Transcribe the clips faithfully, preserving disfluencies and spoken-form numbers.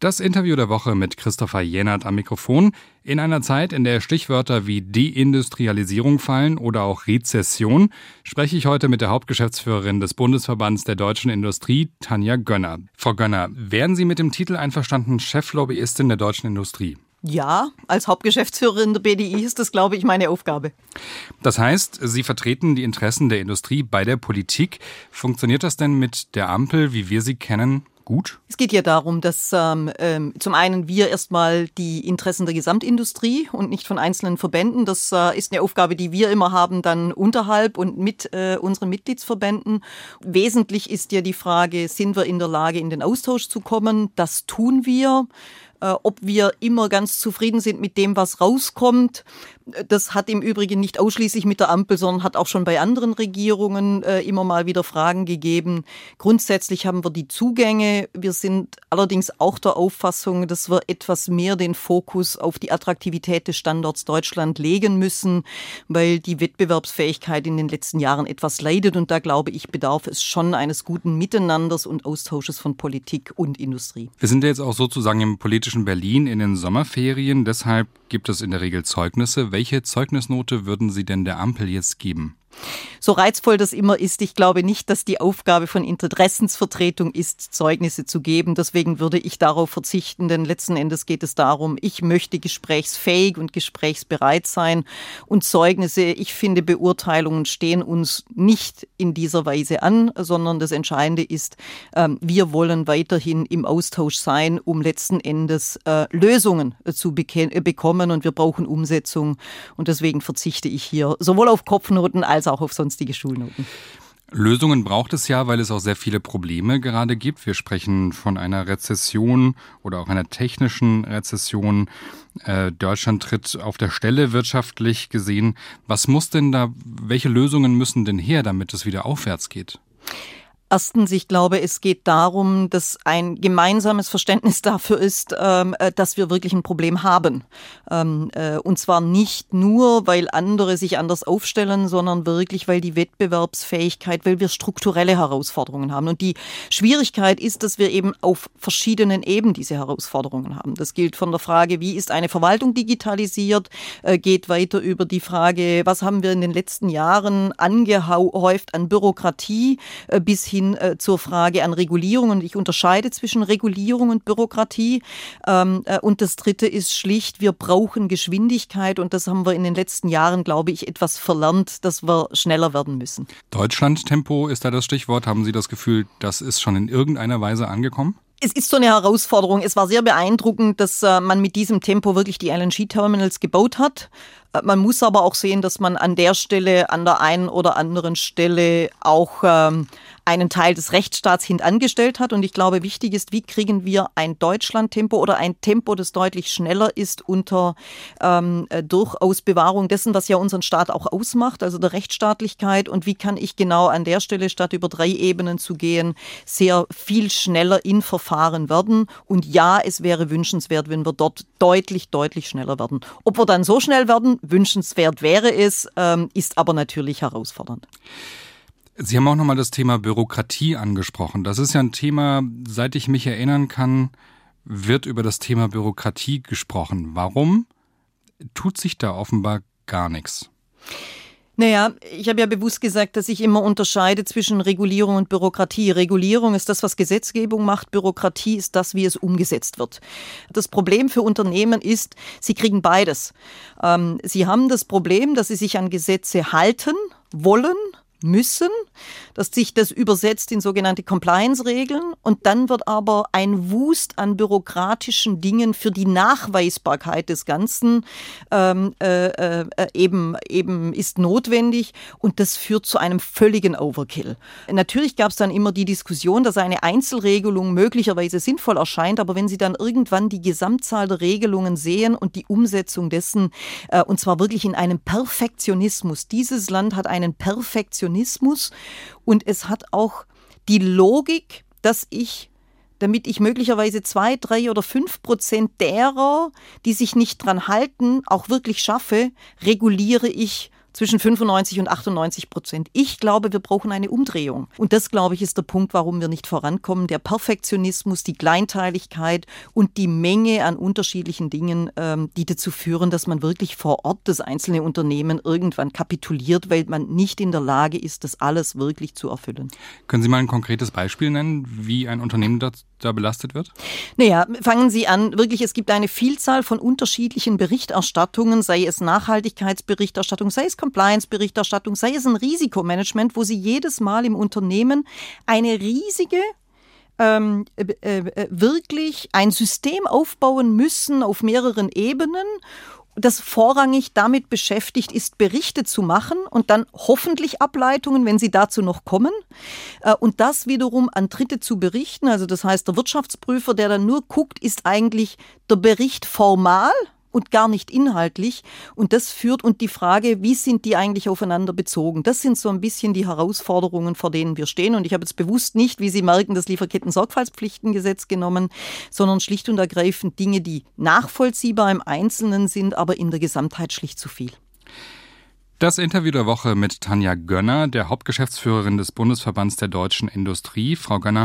Das Interview der Woche mit Christopher Jenert am Mikrofon. In einer Zeit, in der Stichwörter wie Deindustrialisierung fallen oder auch Rezession, spreche ich heute mit der Hauptgeschäftsführerin des Bundesverbands der deutschen Industrie, Tanja Gönner. Frau Gönner, wären Sie mit dem Titel einverstanden, Cheflobbyistin der deutschen Industrie? Ja, als Hauptgeschäftsführerin der B D I ist das, glaube ich, meine Aufgabe. Das heißt, Sie vertreten die Interessen der Industrie bei der Politik. Funktioniert das denn mit der Ampel, wie wir sie kennen, gut? Es geht ja darum, dass ähm, ähm, zum einen wir erstmal die Interessen der Gesamtindustrie und nicht von einzelnen Verbänden, das äh, ist eine Aufgabe, die wir immer haben, dann unterhalb und mit äh, unseren Mitgliedsverbänden. Wesentlich ist ja die Frage, sind wir in der Lage, in den Austausch zu kommen? Das tun wir. Äh, ob wir immer ganz zufrieden sind mit dem, was rauskommt, das hat im Übrigen nicht ausschließlich mit der Ampel, sondern hat auch schon bei anderen Regierungen äh, immer mal wieder Fragen gegeben. Grundsätzlich haben wir die Zugänge. Wir sind allerdings auch der Auffassung, dass wir etwas mehr den Fokus auf die Attraktivität des Standorts Deutschland legen müssen, weil die Wettbewerbsfähigkeit in den letzten Jahren etwas leidet. Und da glaube ich, bedarf es schon eines guten Miteinanders und Austausches von Politik und Industrie. Wir sind ja jetzt auch sozusagen im politischen Berlin in den Sommerferien. Deshalb gibt es in der Regel Zeugnisse. Welche Zeugnisnote würden Sie denn der Ampel jetzt geben? So reizvoll das immer ist, ich glaube nicht, dass die Aufgabe von Interessensvertretung ist, Zeugnisse zu geben. Deswegen würde ich darauf verzichten, denn letzten Endes geht es darum, ich möchte gesprächsfähig und gesprächsbereit sein. Und Zeugnisse, ich finde, Beurteilungen stehen uns nicht in dieser Weise an, sondern das Entscheidende ist, wir wollen weiterhin im Austausch sein, um letzten Endes Lösungen zu bekommen, und wir brauchen Umsetzung. Und deswegen verzichte ich hier sowohl auf Kopfnoten als auch auf sonstige Schulnoten. Lösungen braucht es ja, weil es auch sehr viele Probleme gerade gibt. Wir sprechen von einer Rezession oder auch einer technischen Rezession. Äh, Deutschland tritt auf der Stelle wirtschaftlich gesehen. Was muss denn da, welche Lösungen müssen denn her, damit es wieder aufwärts geht? Erstens, ich glaube, es geht darum, dass ein gemeinsames Verständnis dafür ist, dass wir wirklich ein Problem haben. Und zwar nicht nur, weil andere sich anders aufstellen, sondern wirklich, weil die Wettbewerbsfähigkeit, weil wir strukturelle Herausforderungen haben. Und die Schwierigkeit ist, dass wir eben auf verschiedenen Ebenen diese Herausforderungen haben. Das gilt von der Frage, wie ist eine Verwaltung digitalisiert, geht weiter über die Frage, was haben wir in den letzten Jahren angehäuft an Bürokratie, bis hin zur Frage an Regulierung. Und ich unterscheide zwischen Regulierung und Bürokratie. Und das Dritte ist schlicht, wir brauchen Geschwindigkeit, und das haben wir in den letzten Jahren, glaube ich, etwas verlernt, dass wir schneller werden müssen. Deutschland-Tempo ist da das Stichwort. Haben Sie das Gefühl, das ist schon in irgendeiner Weise angekommen? Es ist so eine Herausforderung. Es war sehr beeindruckend, dass äh, man mit diesem Tempo wirklich die L N G-Terminals gebaut hat. Äh, man muss aber auch sehen, dass man an der Stelle, an der einen oder anderen Stelle auch ähm, einen Teil des Rechtsstaats hintangestellt hat. Und ich glaube, wichtig ist, wie kriegen wir ein Deutschland-Tempo oder ein Tempo, das deutlich schneller ist, unter ähm, durchaus Bewahrung dessen, was ja unseren Staat auch ausmacht, also der Rechtsstaatlichkeit. Und wie kann ich genau an der Stelle, statt über drei Ebenen zu gehen, sehr viel schneller in Verfahren werden. Und ja, es wäre wünschenswert, wenn wir dort deutlich, deutlich schneller werden. Ob wir dann so schnell werden, wünschenswert wäre es, ähm, ist aber natürlich herausfordernd. Sie haben auch nochmal das Thema Bürokratie angesprochen. Das ist ja ein Thema, seit ich mich erinnern kann, wird über das Thema Bürokratie gesprochen. Warum tut sich da offenbar gar nichts? Naja, ich habe ja bewusst gesagt, dass ich immer unterscheide zwischen Regulierung und Bürokratie. Regulierung ist das, was Gesetzgebung macht. Bürokratie ist das, wie es umgesetzt wird. Das Problem für Unternehmen ist, sie kriegen beides. Ähm, sie haben das Problem, dass sie sich an Gesetze halten wollen, müssen, dass sich das übersetzt in sogenannte Compliance-Regeln, und dann wird aber ein Wust an bürokratischen Dingen für die Nachweisbarkeit des Ganzen ähm, äh, äh, eben, eben ist notwendig, und das führt zu einem völligen Overkill. Natürlich gab es dann immer die Diskussion, dass eine Einzelregelung möglicherweise sinnvoll erscheint, aber wenn Sie dann irgendwann die Gesamtzahl der Regelungen sehen und die Umsetzung dessen, äh, und zwar wirklich in einem Perfektionismus, dieses Land hat einen Perfektionismus, und es hat auch die Logik, dass ich, damit ich möglicherweise zwei, drei oder fünf Prozent derer, die sich nicht dran halten, auch wirklich schaffe, reguliere ich zwischen fünfundneunzig und achtundneunzig Prozent. Ich glaube, wir brauchen eine Umdrehung. Und das, glaube ich, ist der Punkt, warum wir nicht vorankommen. Der Perfektionismus, die Kleinteiligkeit und die Menge an unterschiedlichen Dingen, ähm, die dazu führen, dass man wirklich vor Ort das einzelne Unternehmen irgendwann kapituliert, weil man nicht in der Lage ist, das alles wirklich zu erfüllen. Können Sie mal ein konkretes Beispiel nennen, wie ein Unternehmen da, da belastet wird? Naja, fangen Sie an. Wirklich, es gibt eine Vielzahl von unterschiedlichen Berichterstattungen, sei es Nachhaltigkeitsberichterstattung, sei es Compliance-Berichterstattung, sei es ein Risikomanagement, wo Sie jedes Mal im Unternehmen eine riesige ähm, äh, äh, wirklich ein System aufbauen müssen auf mehreren Ebenen, das vorrangig damit beschäftigt ist, Berichte zu machen und dann hoffentlich Ableitungen, wenn sie dazu noch kommen. Und das wiederum an Dritte zu berichten. Also das heißt, der Wirtschaftsprüfer, der dann nur guckt, ist eigentlich der Bericht formal und gar nicht inhaltlich. Und das führt, und die Frage, wie sind die eigentlich aufeinander bezogen? Das sind so ein bisschen die Herausforderungen, vor denen wir stehen. Und ich habe jetzt bewusst nicht, wie Sie merken, das Lieferketten-Sorgfaltspflichtengesetz genommen, sondern schlicht und ergreifend Dinge, die nachvollziehbar im Einzelnen sind, aber in der Gesamtheit schlicht zu viel. Das Interview der Woche mit Tanja Gönner, der Hauptgeschäftsführerin des Bundesverbands der deutschen Industrie. Frau Gönner,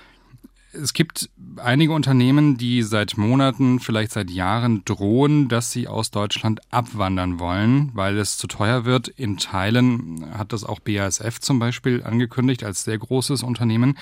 es gibt einige Unternehmen, die seit Monaten, vielleicht seit Jahren drohen, dass sie aus Deutschland abwandern wollen, weil es zu teuer wird. In Teilen hat das auch B A S F zum Beispiel angekündigt als sehr großes Unternehmen.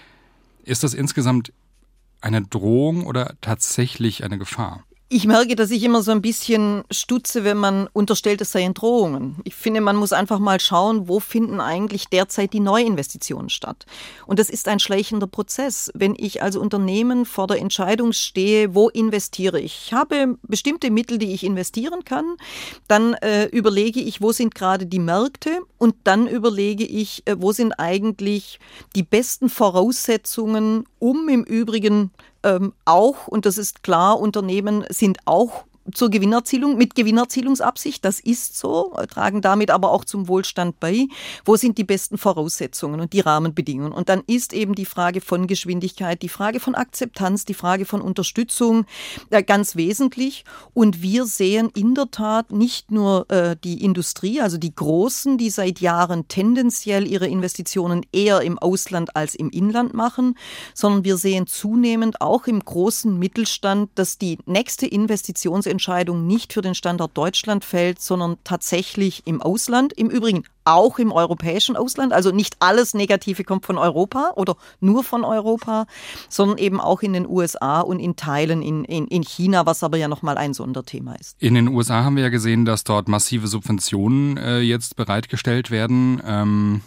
Ist das insgesamt eine Drohung oder tatsächlich eine Gefahr? Ich merke, dass ich immer so ein bisschen stutze, wenn man unterstellt, es seien Drohungen. Ich finde, man muss einfach mal schauen, wo finden eigentlich derzeit die Neuinvestitionen statt. Und das ist ein schleichender Prozess. Wenn ich als Unternehmen vor der Entscheidung stehe, wo investiere ich? Ich habe bestimmte Mittel, die ich investieren kann. Dann äh, überlege ich, wo sind gerade die Märkte? Und dann überlege ich, äh, wo sind eigentlich die besten Voraussetzungen, um im Übrigen Ähm, auch, und das ist klar, Unternehmen sind auch zur Gewinnerzielung, mit Gewinnerzielungsabsicht, das ist so, tragen damit aber auch zum Wohlstand bei. Wo sind die besten Voraussetzungen und die Rahmenbedingungen? Und dann ist eben die Frage von Geschwindigkeit, die Frage von Akzeptanz, die Frage von Unterstützung äh, ganz wesentlich. Und wir sehen in der Tat nicht nur äh, die Industrie, also die Großen, die seit Jahren tendenziell ihre Investitionen eher im Ausland als im Inland machen, sondern wir sehen zunehmend auch im großen Mittelstand, dass die nächste Investitionsentscheidung nicht für den Standort Deutschland fällt, sondern tatsächlich im Ausland. Im Übrigen auch im europäischen Ausland. Also nicht alles Negative kommt von Europa oder nur von Europa, sondern eben auch in den U S A und in Teilen in, in, in China, was aber ja nochmal ein Sonderthema ist. In den U S A haben wir ja gesehen, dass dort massive Subventionen äh, jetzt bereitgestellt werden. Ähm,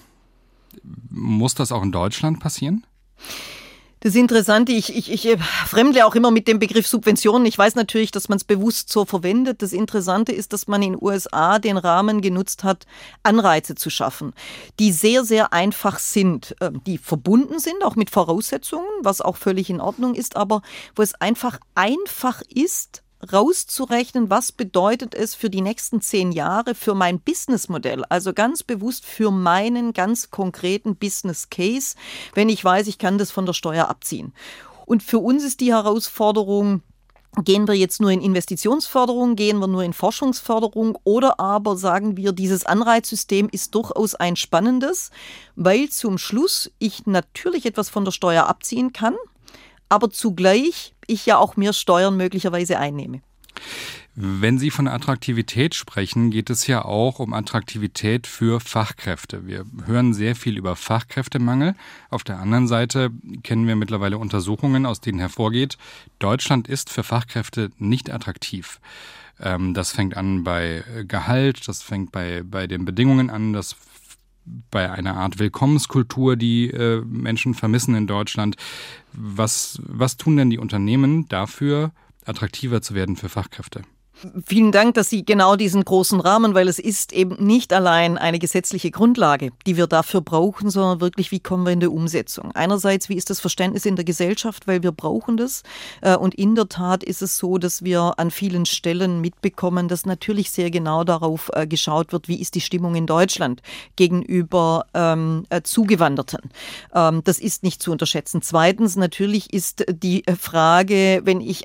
muss das auch in Deutschland passieren? Das Interessante, ich, ich, ich fremdle auch immer mit dem Begriff Subventionen. Ich weiß natürlich, dass man es bewusst so verwendet. Das Interessante ist, dass man in den U S A den Rahmen genutzt hat, Anreize zu schaffen, die sehr, sehr einfach sind, die verbunden sind, auch mit Voraussetzungen, was auch völlig in Ordnung ist, aber wo es einfach einfach ist, rauszurechnen, was bedeutet es für die nächsten zehn Jahre für mein Businessmodell, also ganz bewusst für meinen ganz konkreten Business Case, wenn ich weiß, ich kann das von der Steuer abziehen. Und für uns ist die Herausforderung, gehen wir jetzt nur in Investitionsförderung, gehen wir nur in Forschungsförderung oder aber sagen wir, dieses Anreizsystem ist durchaus ein spannendes, weil zum Schluss ich natürlich etwas von der Steuer abziehen kann, aber zugleich ich ja auch mehr Steuern möglicherweise einnehme. Wenn Sie von Attraktivität sprechen, geht es ja auch um Attraktivität für Fachkräfte. Wir hören sehr viel über Fachkräftemangel. Auf der anderen Seite kennen wir mittlerweile Untersuchungen, aus denen hervorgeht, Deutschland ist für Fachkräfte nicht attraktiv. Das fängt an bei Gehalt, das fängt bei, bei den Bedingungen an, das bei einer Art Willkommenskultur, die äh, Menschen vermissen in Deutschland. Was, was tun denn die Unternehmen dafür, attraktiver zu werden für Fachkräfte? Vielen Dank, dass Sie genau diesen großen Rahmen, weil es ist eben nicht allein eine gesetzliche Grundlage, die wir dafür brauchen, sondern wirklich, wie kommen wir in die Umsetzung? Einerseits, wie ist das Verständnis in der Gesellschaft, weil wir brauchen das. Und in der Tat ist es so, dass wir an vielen Stellen mitbekommen, dass natürlich sehr genau darauf geschaut wird, wie ist die Stimmung in Deutschland gegenüber ähm, Zugewanderten. Ähm, das ist nicht zu unterschätzen. Zweitens, natürlich ist die Frage, wenn ich ein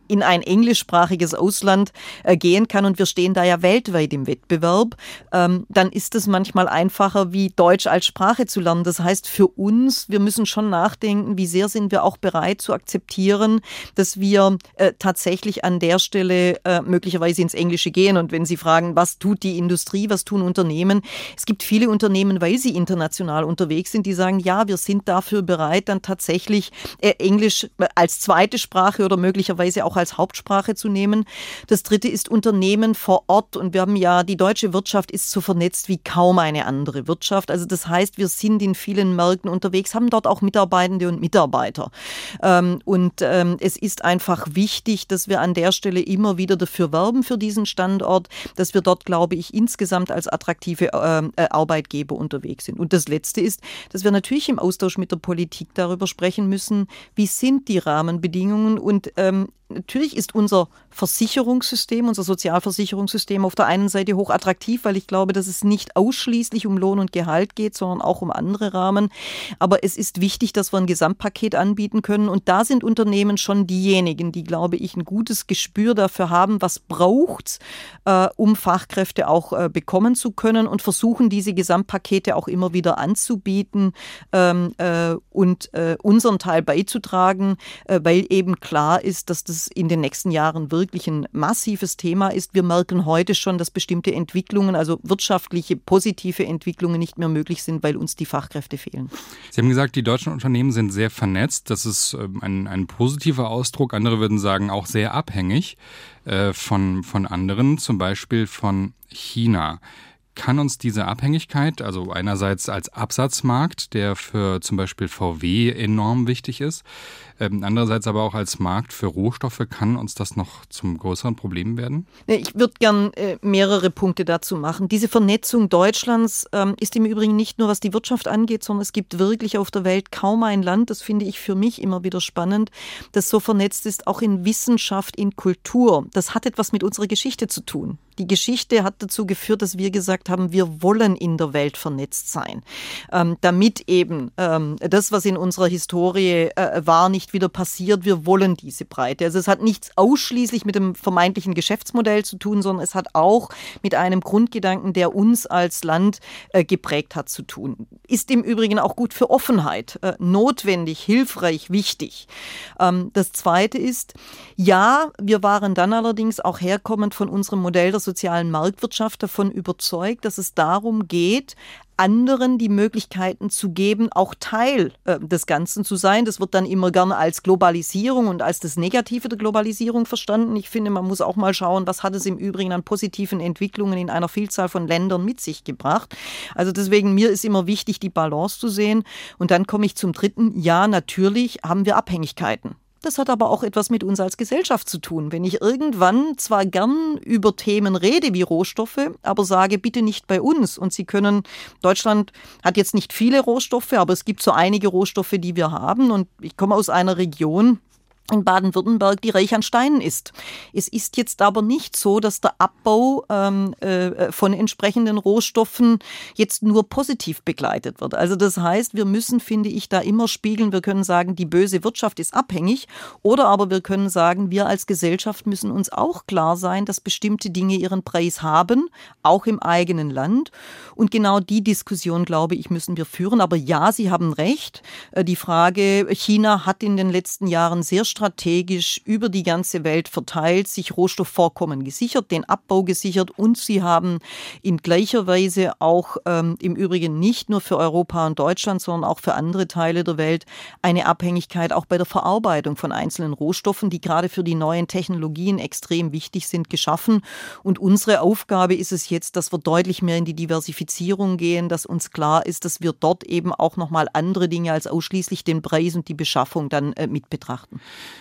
in ein englischsprachiges Ausland äh, gehen kann und wir stehen da ja weltweit im Wettbewerb, ähm, dann ist es manchmal einfacher, wie Deutsch als Sprache zu lernen. Das heißt für uns, wir müssen schon nachdenken, wie sehr sind wir auch bereit zu akzeptieren, dass wir äh, tatsächlich an der Stelle äh, möglicherweise ins Englische gehen. Und wenn Sie fragen, was tut die Industrie, was tun Unternehmen? Es gibt viele Unternehmen, weil sie international unterwegs sind, die sagen, ja, wir sind dafür bereit, dann tatsächlich äh, Englisch als zweite Sprache oder möglicherweise auch als Hauptsprache zu nehmen. Das dritte ist Unternehmen vor Ort und wir haben ja, die deutsche Wirtschaft ist so vernetzt wie kaum eine andere Wirtschaft. Also das heißt, wir sind in vielen Märkten unterwegs, haben dort auch Mitarbeitende und Mitarbeiter. Ähm, und ähm, es ist einfach wichtig, dass wir an der Stelle immer wieder dafür werben für diesen Standort, dass wir dort, glaube ich, insgesamt als attraktive äh, Arbeitgeber unterwegs sind. Und das Letzte ist, dass wir natürlich im Austausch mit der Politik darüber sprechen müssen, wie sind die Rahmenbedingungen und ähm, natürlich ist unser Versicherungssystem, unser Sozialversicherungssystem auf der einen Seite hoch attraktiv, weil ich glaube, dass es nicht ausschließlich um Lohn und Gehalt geht, sondern auch um andere Rahmen. Aber es ist wichtig, dass wir ein Gesamtpaket anbieten können. Und da sind Unternehmen schon diejenigen, die, glaube ich, ein gutes Gespür dafür haben, was braucht's, äh, um Fachkräfte auch äh, bekommen zu können und versuchen, diese Gesamtpakete auch immer wieder anzubieten ähm, äh, und äh, unseren Teil beizutragen, äh, weil eben klar ist, dass das in den nächsten Jahren wirklich ein massives Thema ist. Wir merken heute schon, dass bestimmte Entwicklungen, also wirtschaftliche, positive Entwicklungen nicht mehr möglich sind, weil uns die Fachkräfte fehlen. Sie haben gesagt, die deutschen Unternehmen sind sehr vernetzt. Das ist ein, ein positiver Ausdruck. Andere würden sagen, auch sehr abhängig äh, von, von anderen, zum Beispiel von China. Kann uns diese Abhängigkeit, also einerseits als Absatzmarkt, der für zum Beispiel V W enorm wichtig ist, ähm, andererseits aber auch als Markt für Rohstoffe, kann uns das noch zum größeren Problem werden? Ich würde gern äh, mehrere Punkte dazu machen. Diese Vernetzung Deutschlands ähm, ist im Übrigen nicht nur, was die Wirtschaft angeht, sondern es gibt wirklich auf der Welt kaum ein Land, das finde ich für mich immer wieder spannend, das so vernetzt ist, auch in Wissenschaft, in Kultur. Das hat etwas mit unserer Geschichte zu tun. Die Geschichte hat dazu geführt, dass wir gesagt haben, wir wollen in der Welt vernetzt sein, ähm, damit eben ähm, das, was in unserer Historie äh, war, nicht wieder passiert. Wir wollen diese Breite. Also es hat nichts ausschließlich mit dem vermeintlichen Geschäftsmodell zu tun, sondern es hat auch mit einem Grundgedanken, der uns als Land äh, geprägt hat, zu tun. Ist im Übrigen auch gut für Offenheit, äh, notwendig, hilfreich, wichtig. Ähm, das Zweite ist, ja, wir waren dann allerdings auch herkommend von unserem Modell der sozialen Marktwirtschaft davon überzeugt, dass es darum geht, anderen die Möglichkeiten zu geben, auch Teil äh, des Ganzen zu sein. Das wird dann immer gerne als Globalisierung und als das Negative der Globalisierung verstanden. Ich finde, man muss auch mal schauen, was hat es im Übrigen an positiven Entwicklungen in einer Vielzahl von Ländern mit sich gebracht. Also deswegen, mir ist immer wichtig, die Balance zu sehen. Und dann komme ich zum Dritten. Ja, natürlich haben wir Abhängigkeiten. Das hat aber auch etwas mit uns als Gesellschaft zu tun. Wenn ich irgendwann zwar gern über Themen rede wie Rohstoffe, aber sage, bitte nicht bei uns. Und Sie können, Deutschland hat jetzt nicht viele Rohstoffe, aber es gibt so einige Rohstoffe, die wir haben. Und ich komme aus einer Region in Baden-Württemberg, die reich an Steinen ist. Es ist jetzt aber nicht so, dass der Abbau ähm, äh, von entsprechenden Rohstoffen jetzt nur positiv begleitet wird. Also das heißt, wir müssen, finde ich, da immer spiegeln. Wir können sagen, die böse Wirtschaft ist abhängig, oder aber wir können sagen, wir als Gesellschaft müssen uns auch klar sein, dass bestimmte Dinge ihren Preis haben, auch im eigenen Land. Und genau die Diskussion, glaube ich, müssen wir führen. Aber ja, Sie haben recht. Die Frage, China hat in den letzten Jahren sehr strategisch über die ganze Welt verteilt, sich Rohstoffvorkommen gesichert, den Abbau gesichert, und sie haben in gleicher Weise auch ähm, im Übrigen nicht nur für Europa und Deutschland, sondern auch für andere Teile der Welt eine Abhängigkeit auch bei der Verarbeitung von einzelnen Rohstoffen, die gerade für die neuen Technologien extrem wichtig sind, geschaffen. Und unsere Aufgabe ist es jetzt, dass wir deutlich mehr in die Diversifizierung gehen, dass uns klar ist, dass wir dort eben auch nochmal andere Dinge als ausschließlich den Preis und die Beschaffung dann äh, mit betrachten.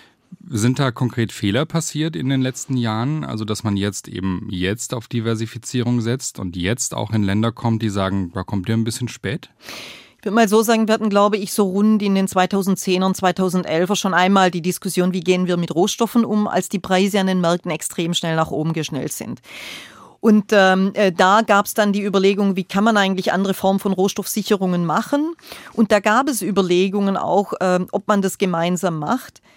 Sind da konkret Fehler passiert in den letzten Jahren? Also, dass man jetzt eben jetzt auf Diversifizierung setzt und jetzt auch in Länder kommt, die sagen, da kommt ihr ein bisschen spät? Ich würde mal so sagen, wir hatten, glaube ich, so rund in den zweitausendzehner und zweitausendelfer schon einmal die Diskussion, wie gehen wir mit Rohstoffen um, als die Preise an den Märkten extrem schnell nach oben geschnellt sind. Und ähm, äh, da gab es dann die Überlegung, wie kann man eigentlich andere Formen von Rohstoffsicherungen machen? Und da gab es Überlegungen auch, äh, ob man das gemeinsam macht.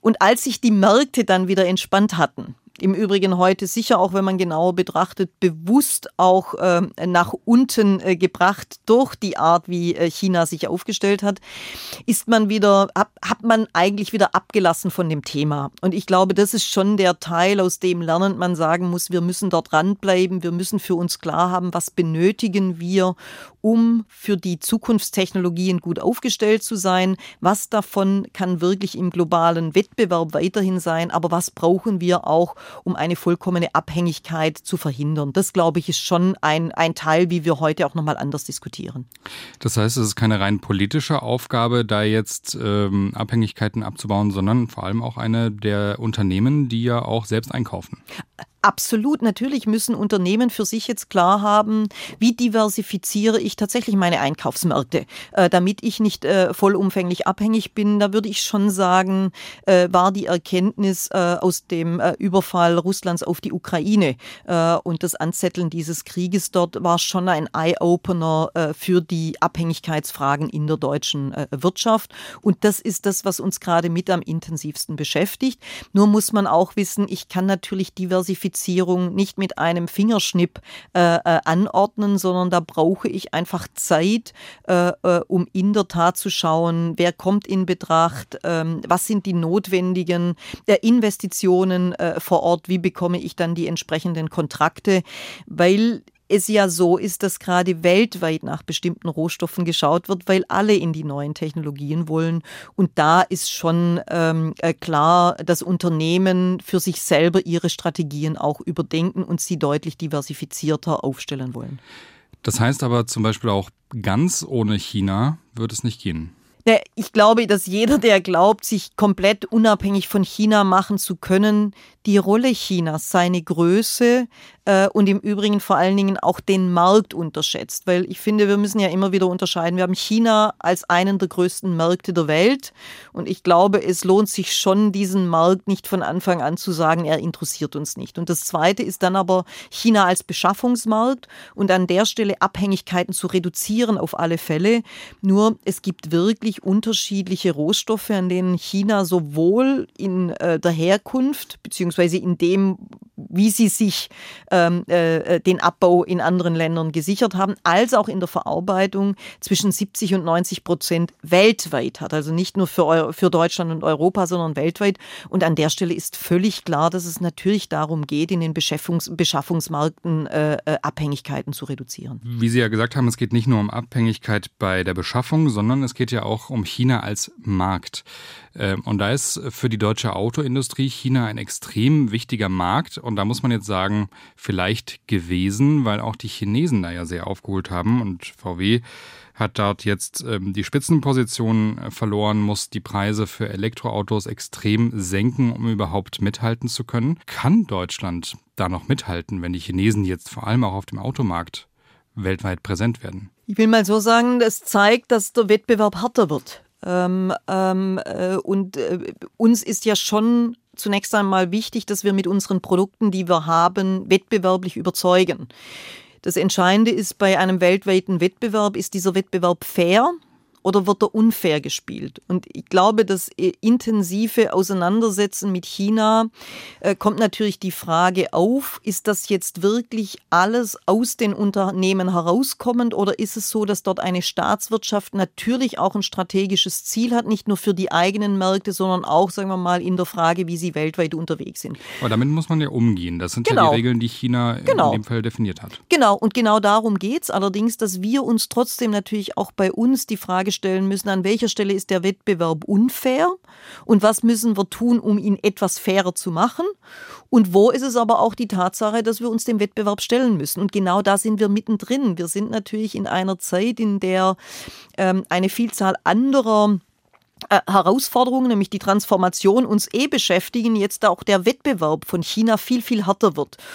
Und als sich die Märkte dann wieder entspannt hatten, im Übrigen heute sicher auch, wenn man genauer betrachtet, bewusst auch äh, nach unten äh, gebracht durch die Art, wie äh, China sich aufgestellt hat, ist man wieder, hat, hat man eigentlich wieder abgelassen von dem Thema. Und ich glaube, das ist schon der Teil, aus dem lernend man sagen muss, wir müssen dort dranbleiben, wir müssen für uns klar haben, was benötigen wir, um für die Zukunftstechnologien gut aufgestellt zu sein. Was davon kann wirklich im globalen Wettbewerb weiterhin sein, aber was brauchen wir auch, um eine vollkommene Abhängigkeit zu verhindern. Das, glaube ich, ist schon ein, ein Teil, wie wir heute auch nochmal anders diskutieren. Das heißt, es ist keine rein politische Aufgabe, da jetzt ähm, Abhängigkeiten abzubauen, sondern vor allem auch eine der Unternehmen, die ja auch selbst einkaufen. Absolut, natürlich müssen Unternehmen für sich jetzt klar haben, wie diversifiziere ich tatsächlich meine Einkaufsmärkte, äh, damit ich nicht äh, vollumfänglich abhängig bin. Da würde ich schon sagen, äh, war die Erkenntnis äh, aus dem äh, Überfall Russlands auf die Ukraine äh, und das Anzetteln dieses Krieges dort war schon ein Eye-Opener äh, für die Abhängigkeitsfragen in der deutschen äh, Wirtschaft. Und das ist das, was uns gerade mit am intensivsten beschäftigt. Nur muss man auch wissen, ich kann natürlich diversifizieren nicht mit einem Fingerschnipp äh, äh, anordnen, sondern da brauche ich einfach Zeit, äh, äh, um in der Tat zu schauen, wer kommt in Betracht, ähm, was sind die notwendigen äh, Investitionen äh, vor Ort, wie bekomme ich dann die entsprechenden Kontrakte, weil es ja so ist, dass gerade weltweit nach bestimmten Rohstoffen geschaut wird, weil alle in die neuen Technologien wollen. Und da ist schon ähm, klar, dass Unternehmen für sich selber ihre Strategien auch überdenken und sie deutlich diversifizierter aufstellen wollen. Das heißt aber zum Beispiel auch, ganz ohne China wird es nicht gehen. Ich glaube, dass jeder, der glaubt, sich komplett unabhängig von China machen zu können, die Rolle Chinas, seine Größe äh, und im Übrigen vor allen Dingen auch den Markt unterschätzt. Weil ich finde, wir müssen ja immer wieder unterscheiden. Wir haben China als einen der größten Märkte der Welt. Und ich glaube, es lohnt sich schon, diesen Markt nicht von Anfang an zu sagen, er interessiert uns nicht. Und das Zweite ist dann aber China als Beschaffungsmarkt und an der Stelle Abhängigkeiten zu reduzieren auf alle Fälle. Nur es gibt wirklich unterschiedliche Rohstoffe, an denen China sowohl in äh, der Herkunft beziehungsweise in dem, wie sie sich ähm, äh, den Abbau in anderen Ländern gesichert haben, als auch in der Verarbeitung zwischen siebzig und neunzig Prozent weltweit hat. Also nicht nur für, Eu- für Deutschland und Europa, sondern weltweit. Und an der Stelle ist völlig klar, dass es natürlich darum geht, in den Beschaffungs- Beschaffungsmärkten äh, äh, Abhängigkeiten zu reduzieren. Wie Sie ja gesagt haben, es geht nicht nur um Abhängigkeit bei der Beschaffung, sondern es geht ja auch um China als Markt. Und da ist für die deutsche Autoindustrie China ein extrem wichtiger Markt. Und da muss man jetzt sagen, vielleicht gewesen, weil auch die Chinesen da ja sehr aufgeholt haben. Und V W hat dort jetzt ähm, die Spitzenposition verloren, muss die Preise für Elektroautos extrem senken, um überhaupt mithalten zu können. Kann Deutschland da noch mithalten, wenn die Chinesen jetzt vor allem auch auf dem Automarkt weltweit präsent werden? Ich will mal so sagen, das zeigt, dass der Wettbewerb härter wird. Ähm, ähm, äh, und äh, uns ist ja schon zunächst einmal wichtig, dass wir mit unseren Produkten, die wir haben, wettbewerblich überzeugen. Das Entscheidende ist bei einem weltweiten Wettbewerb, ist dieser Wettbewerb fair oder wird er unfair gespielt? Und ich glaube, das intensive Auseinandersetzen mit China äh, kommt natürlich die Frage auf, ist das jetzt wirklich alles aus den Unternehmen herauskommend oder ist es so, dass dort eine Staatswirtschaft natürlich auch ein strategisches Ziel hat, nicht nur für die eigenen Märkte, sondern auch, sagen wir mal, in der Frage, wie sie weltweit unterwegs sind. Aber damit muss man ja umgehen. Das sind genau. ja die Regeln, die China genau. in dem Fall definiert hat. Genau, und genau darum geht es. Allerdings, dass wir uns trotzdem natürlich auch bei uns die Frage stellen müssen, an welcher Stelle ist der Wettbewerb unfair und was müssen wir tun, um ihn etwas fairer zu machen und wo ist es aber auch die Tatsache, dass wir uns dem Wettbewerb stellen müssen und genau da sind wir mittendrin. Wir sind natürlich in einer Zeit, in der ähm, eine Vielzahl anderer Herausforderungen, nämlich die Transformation, uns eh beschäftigen, jetzt auch der Wettbewerb von China viel, viel härter wird.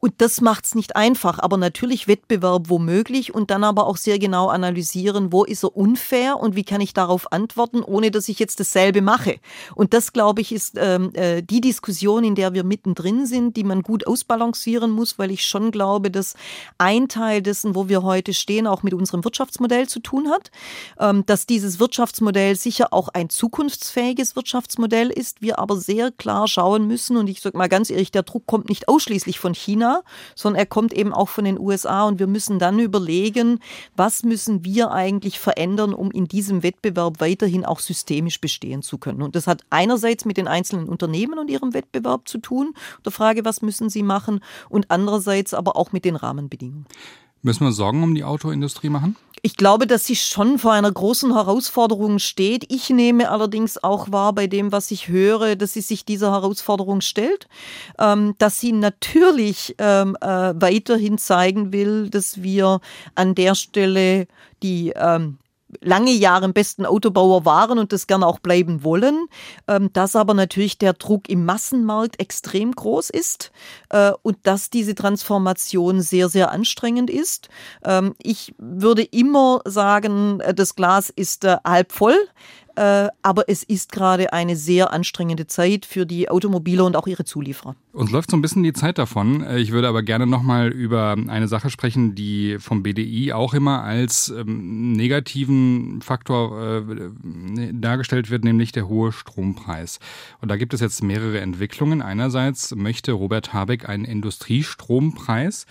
Und das macht es nicht einfach, aber natürlich Wettbewerb womöglich und dann aber auch sehr genau analysieren, wo ist er unfair und wie kann ich darauf antworten, ohne dass ich jetzt dasselbe mache. Und das, glaube ich, ist ähm, äh, die Diskussion, in der wir mittendrin sind, die man gut ausbalancieren muss, weil ich schon glaube, dass ein Teil dessen, wo wir heute stehen, auch mit unserem Wirtschaftsmodell zu tun hat, ähm, dass dieses Wirtschaftsmodell sicher auch ein zukunftsfähiges Wirtschaftsmodell ist, wir aber sehr klar schauen müssen und ich sage mal ganz ehrlich, der Druck kommt nicht ausschließlich von China, sondern er kommt eben auch von den U S A und wir müssen dann überlegen, was müssen wir eigentlich verändern, um in diesem Wettbewerb weiterhin auch systemisch bestehen zu können. Und das hat einerseits mit den einzelnen Unternehmen und ihrem Wettbewerb zu tun, der Frage, was müssen sie machen und andererseits aber auch mit den Rahmenbedingungen. Müssen wir Sorgen um die Autoindustrie machen? Ich glaube, dass sie schon vor einer großen Herausforderung steht. Ich nehme allerdings auch wahr bei dem, was ich höre, dass sie sich dieser Herausforderung stellt, ähm, dass sie natürlich ähm, äh, weiterhin zeigen will, dass wir an der Stelle die ähm, lange Jahre im besten Autobauer waren und das gerne auch bleiben wollen, ähm, dass aber natürlich der Druck im Massenmarkt extrem groß ist äh, und dass diese Transformation sehr, sehr anstrengend ist. Ähm, ich würde immer sagen, das Glas ist äh, halb voll. Äh, aber es ist gerade eine sehr anstrengende Zeit für die Automobiler und auch ihre Zulieferer. Uns läuft so ein bisschen die Zeit davon. Ich würde aber gerne nochmal über eine Sache sprechen, die vom B D I auch immer als ähm, negativen Faktor äh, dargestellt wird, nämlich der hohe Strompreis. Und da gibt es jetzt mehrere Entwicklungen. Einerseits möchte Robert Habeck einen Industriestrompreis.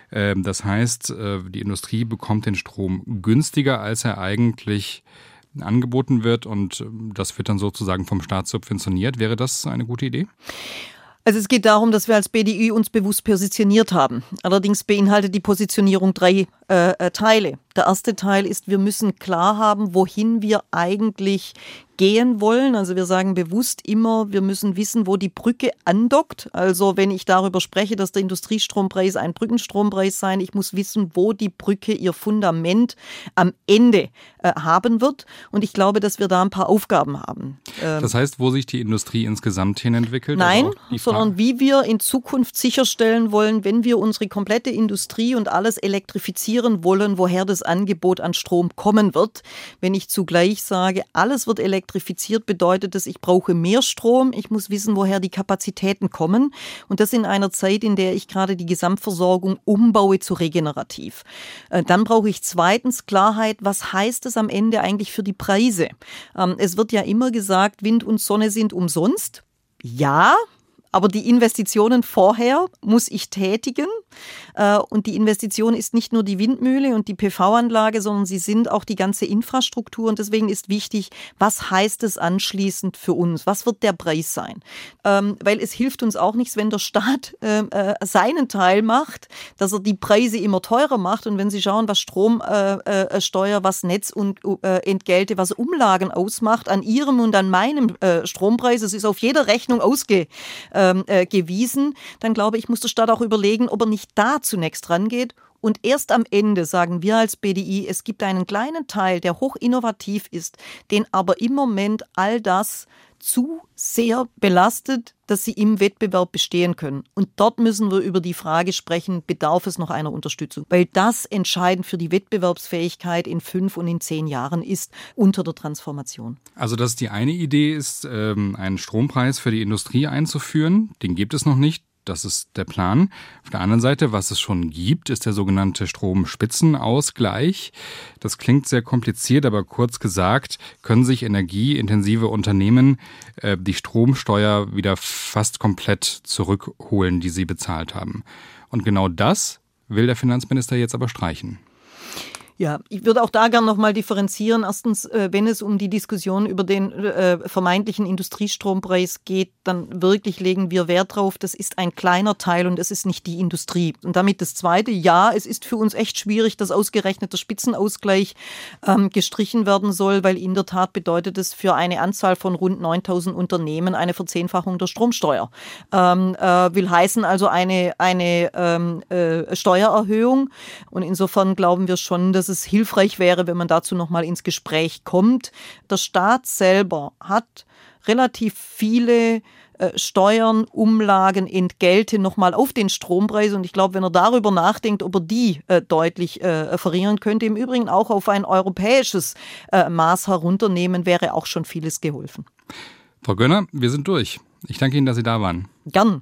Das heißt, die Industrie bekommt den Strom günstiger, als er eigentlich angeboten wird und das wird dann sozusagen vom Staat subventioniert. Wäre das eine gute Idee? Also es geht darum, dass wir als B D I uns bewusst positioniert haben. Allerdings beinhaltet die Positionierung drei äh, Teile. Der erste Teil ist, wir müssen klar haben, wohin wir eigentlich gehen wollen. Also wir sagen bewusst immer, wir müssen wissen, wo die Brücke andockt. Also wenn ich darüber spreche, dass der Industriestrompreis ein Brückenstrompreis sein, ich muss wissen, wo die Brücke ihr Fundament am Ende äh, haben wird. Und ich glaube, dass wir da ein paar Aufgaben haben. Ähm, das heißt, wo sich die Industrie insgesamt hin entwickelt? Nein, sondern wie wir in Zukunft sicherstellen wollen, wenn wir unsere komplette Industrie und alles elektrifizieren wollen, woher das Angebot an Strom kommen wird. Wenn ich zugleich sage, alles wird elektrifiziert, bedeutet das, ich brauche mehr Strom. Ich muss wissen, woher die Kapazitäten kommen. Und das in einer Zeit, in der ich gerade die Gesamtversorgung umbaue zu regenerativ. Dann brauche ich zweitens Klarheit, was heißt das am Ende eigentlich für die Preise? Es wird ja immer gesagt, Wind und Sonne sind umsonst. Ja, aber die Investitionen vorher muss ich tätigen. Und die Investition ist nicht nur die Windmühle und die P V-Anlage, sondern sie sind auch die ganze Infrastruktur. Und deswegen ist wichtig, was heißt es anschließend für uns? Was wird der Preis sein? Weil es hilft uns auch nichts, wenn der Staat seinen Teil macht, dass er die Preise immer teurer macht. Und wenn Sie schauen, was Stromsteuer, was Netz und Entgelte, was Umlagen ausmacht, an Ihrem und an meinem Strompreis, es ist auf jeder Rechnung ausge Äh, gewiesen, dann glaube ich, muss der Staat auch überlegen, ob er nicht da zunächst rangeht. Und erst am Ende sagen wir als B D I, es gibt einen kleinen Teil, der hoch innovativ ist, den aber im Moment all das zu sehr belastet, dass sie im Wettbewerb bestehen können. Und dort müssen wir über die Frage sprechen, bedarf es noch einer Unterstützung? Weil das entscheidend für die Wettbewerbsfähigkeit in fünf und in zehn Jahren ist, unter der Transformation. Also das die eine Idee ist, ähm, einen Strompreis für die Industrie einzuführen. Den gibt es noch nicht. Das ist der Plan. Auf der anderen Seite, was es schon gibt, ist der sogenannte Stromspitzenausgleich. Das klingt sehr kompliziert, aber kurz gesagt, können sich energieintensive Unternehmen äh, die Stromsteuer wieder fast komplett zurückholen, die sie bezahlt haben. Und genau das will der Finanzminister jetzt aber streichen. Ja, ich würde auch da gerne nochmal differenzieren. Erstens, wenn es um die Diskussion über den äh, vermeintlichen Industriestrompreis geht, dann wirklich legen wir Wert drauf, das ist ein kleiner Teil und es ist nicht die Industrie. Und damit das Zweite, ja, es ist für uns echt schwierig, dass ausgerechnet der Spitzenausgleich ähm, gestrichen werden soll, weil in der Tat bedeutet es für eine Anzahl von rund neuntausend Unternehmen eine Verzehnfachung der Stromsteuer. Ähm, äh, will heißen also eine, eine ähm, äh, Steuererhöhung und insofern glauben wir schon, dass es hilfreich wäre, wenn man dazu noch mal ins Gespräch kommt. Der Staat selber hat relativ viele äh, Steuern, Umlagen, Entgelte nochmal auf den Strompreis. Und ich glaube, wenn er darüber nachdenkt, ob er die äh, deutlich äh, verringern könnte, im Übrigen auch auf ein europäisches äh, Maß herunternehmen, wäre auch schon vieles geholfen. Frau Gönner, wir sind durch. Ich danke Ihnen, dass Sie da waren. Gern.